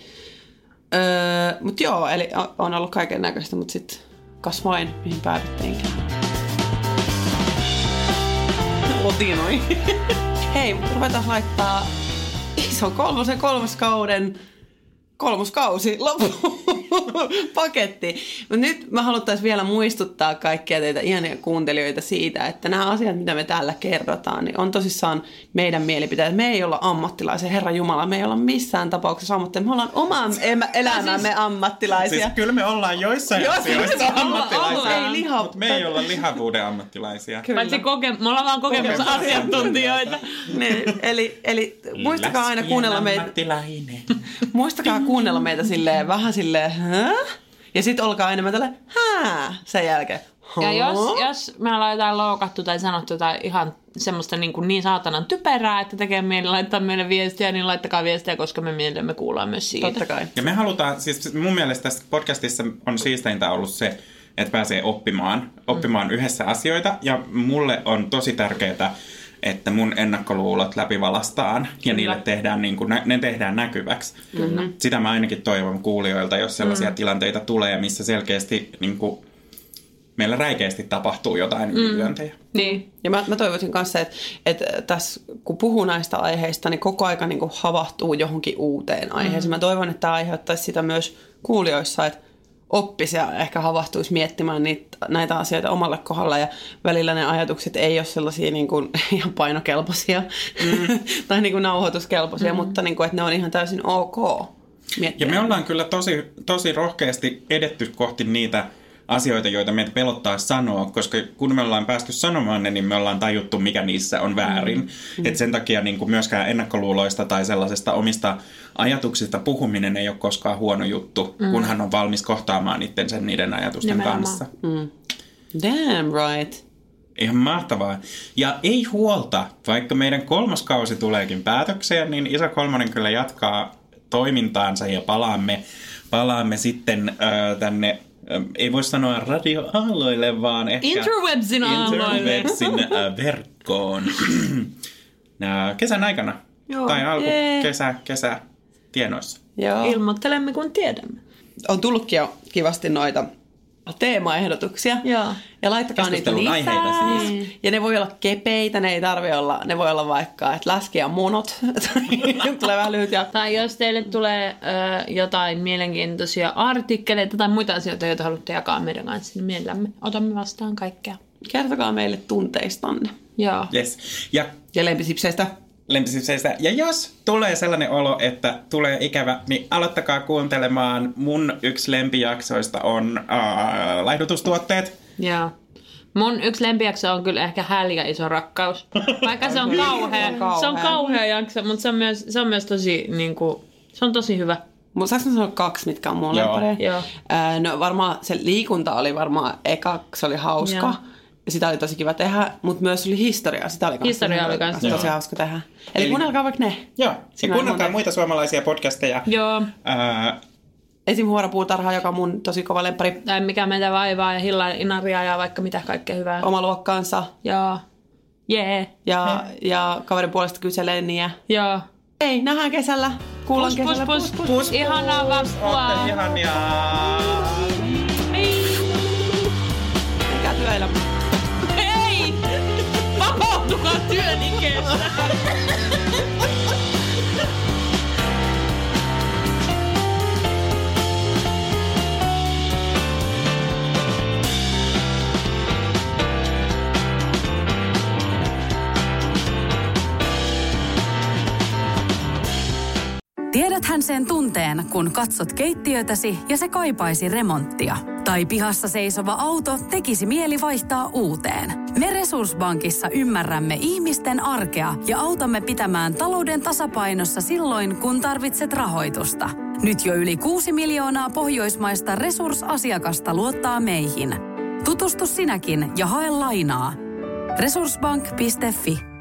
Mutta joo, eli on ollut kaiken näköistä, mutta sitten kasvoin, mihin päädyttiinkin. Lotinoi. Hei, ruvetaan laittaa iso kolmoskauden kolmoskausi loppuun. paketti. Mutta nyt mä haluttaisiin vielä muistuttaa kaikkia teitä ihania kuuntelijoita siitä, että nämä asiat, mitä me täällä kerrotaan, niin on tosissaan meidän mielipiteet. Me ei olla ammattilaisia, Herra Jumala, me ei olla missään tapauksessa ammattilaisia. Me ollaan oman elämämme ammattilaisia. Siis kyllä me ollaan joissain asioissa ammattilaisia, mutta me ei olla lihavuuden ammattilaisia. Paitsi me ollaan vaan kokemusasiantuntijoita. Niin, eli muistakaa aina kuunnella meitä. Muistakaa kuunnella meitä silleen, vähän silleen, ja sitten olkaa enemmän tälleen, sen jälkeen. Ja jos me ollaan jotain loukattu tai sanottu tai ihan semmoista niin saatanan typerää, että tekee mieli laittaa meille viestiä, niin laittakaa viestiä, koska me mielemme kuullaan myös siitä. Totta kai. Ja me halutaan, siis mun mielestä tässä podcastissa on siisteintä ollut se, että pääsee oppimaan yhdessä asioita. Ja mulle on tosi tärkeää, että mun ennakkoluulot läpivalastaan ja niille tehdään, ne tehdään näkyväksi. Sitä mä ainakin toivon kuulijoilta, jos sellaisia tilanteita tulee, missä selkeästi meillä räikeästi tapahtuu jotain ylilyöntejä. Niin. Ja mä toivoisin kanssa, että tässä kun puhuu näistä aiheista, niin koko aika havahtuu johonkin uuteen aiheeseen. Mä toivon, että tämä aiheuttaisi sitä myös kuulijoissa, että oppisi ja ehkä havahtuisi miettimään näitä asioita omalle kohdalla. Ja välillä ne ajatukset ei ole sellaisia ihan painokelpoisia tai nauhoituskelpoisia, mutta että ne on ihan täysin ok miettiä. Ja me ollaan kyllä tosi rohkeasti edetty kohti niitä asioita, joita meitä pelottaa sanoa, koska kun me ollaan päästy sanomaan ne, niin me ollaan tajuttu, mikä niissä on väärin. Et sen takia myöskään ennakkoluuloista tai sellaisesta omista ajatuksista puhuminen ei ole koskaan huono juttu, kunhan on valmis kohtaamaan itsensä niiden ajatusten kanssa. Damn right. Ihan mahtavaa. Ja ei huolta, vaikka meidän 3. kausi tuleekin päätökseen, niin Iso Kolmonen kyllä jatkaa toimintaansa ja palaamme sitten tänne. Ei voi sanoa radioaalloille, vaan ehkä Interwebsin verkkoon kesän aikana. Joo. Tai kesä tienoissa. Joo. Ilmoittelemme, kun tiedämme. On tullutkin jo kivasti noita teemaehdotuksia. Joo. Ja laittakaa niitä lisää. Aiheita siis. Ja ne voi olla kepeitä, ne voi olla vaikka, että läski ja munot. Tulee vähän lyhyt. Tai jos teille tulee jotain mielenkiintoisia artikkeleita tai muita asioita, joita haluatte jakaa meidän kanssa, niin mielellämme otamme vastaan kaikkea. Kertokaa meille tunteistanne. Joo. Yes. Ja lempisipseistä. Ja jos tulee sellainen olo, että tulee ikävä, niin aloittakaa kuuntelemaan. Mun yksi lempijaksoista on laihdutustuotteet. Joo. Mun yksi lempijakso on kyllä ehkä Häl ja iso rakkaus. Vaikka se on kauhea. Se on kauhea jakso, mutta se on myös tosi, se on tosi hyvä. Saanko mä sanoa 2, mitkä on mun lempareja? No varmaan se liikunta oli se oli hauska. Joo. Ja sitä oli tosi kiva tehdä, mutta myös oli historiaa. Sitä oli tosi hauska tehdä. Eli kuunnelkaa vaikka ne. Joo, ja kuunnelkaa muita suomalaisia podcasteja. Joo. Esim. Huorapuutarha, joka on mun tosi kova lemppari. Tai Mikä meitä vaivaa ja Hilla Inaria ja vaikka mitä kaikkea hyvää. Oma luokkaansa. Joo. Jee. Ja kaverin puolesta kyselee niä. Joo. Ei, nähdään kesällä. Kuullaan kesällä. Pus. Ihanaa vappua. Ootte ihania. Mikä työelämä? Hei! Vapautukaa työn ikeestä! Tiedäthän sen tunteen, kun katsot keittiötäsi ja se kaipaisi remonttia. Tai pihassa seisova auto tekisi mieli vaihtaa uuteen. Me Resurssbankissa ymmärrämme ihmisten arkea ja autamme pitämään talouden tasapainossa silloin, kun tarvitset rahoitusta. Nyt jo yli 6 miljoonaa pohjoismaista resursasiakasta luottaa meihin. Tutustu sinäkin ja hae lainaa. Resurssbank.fi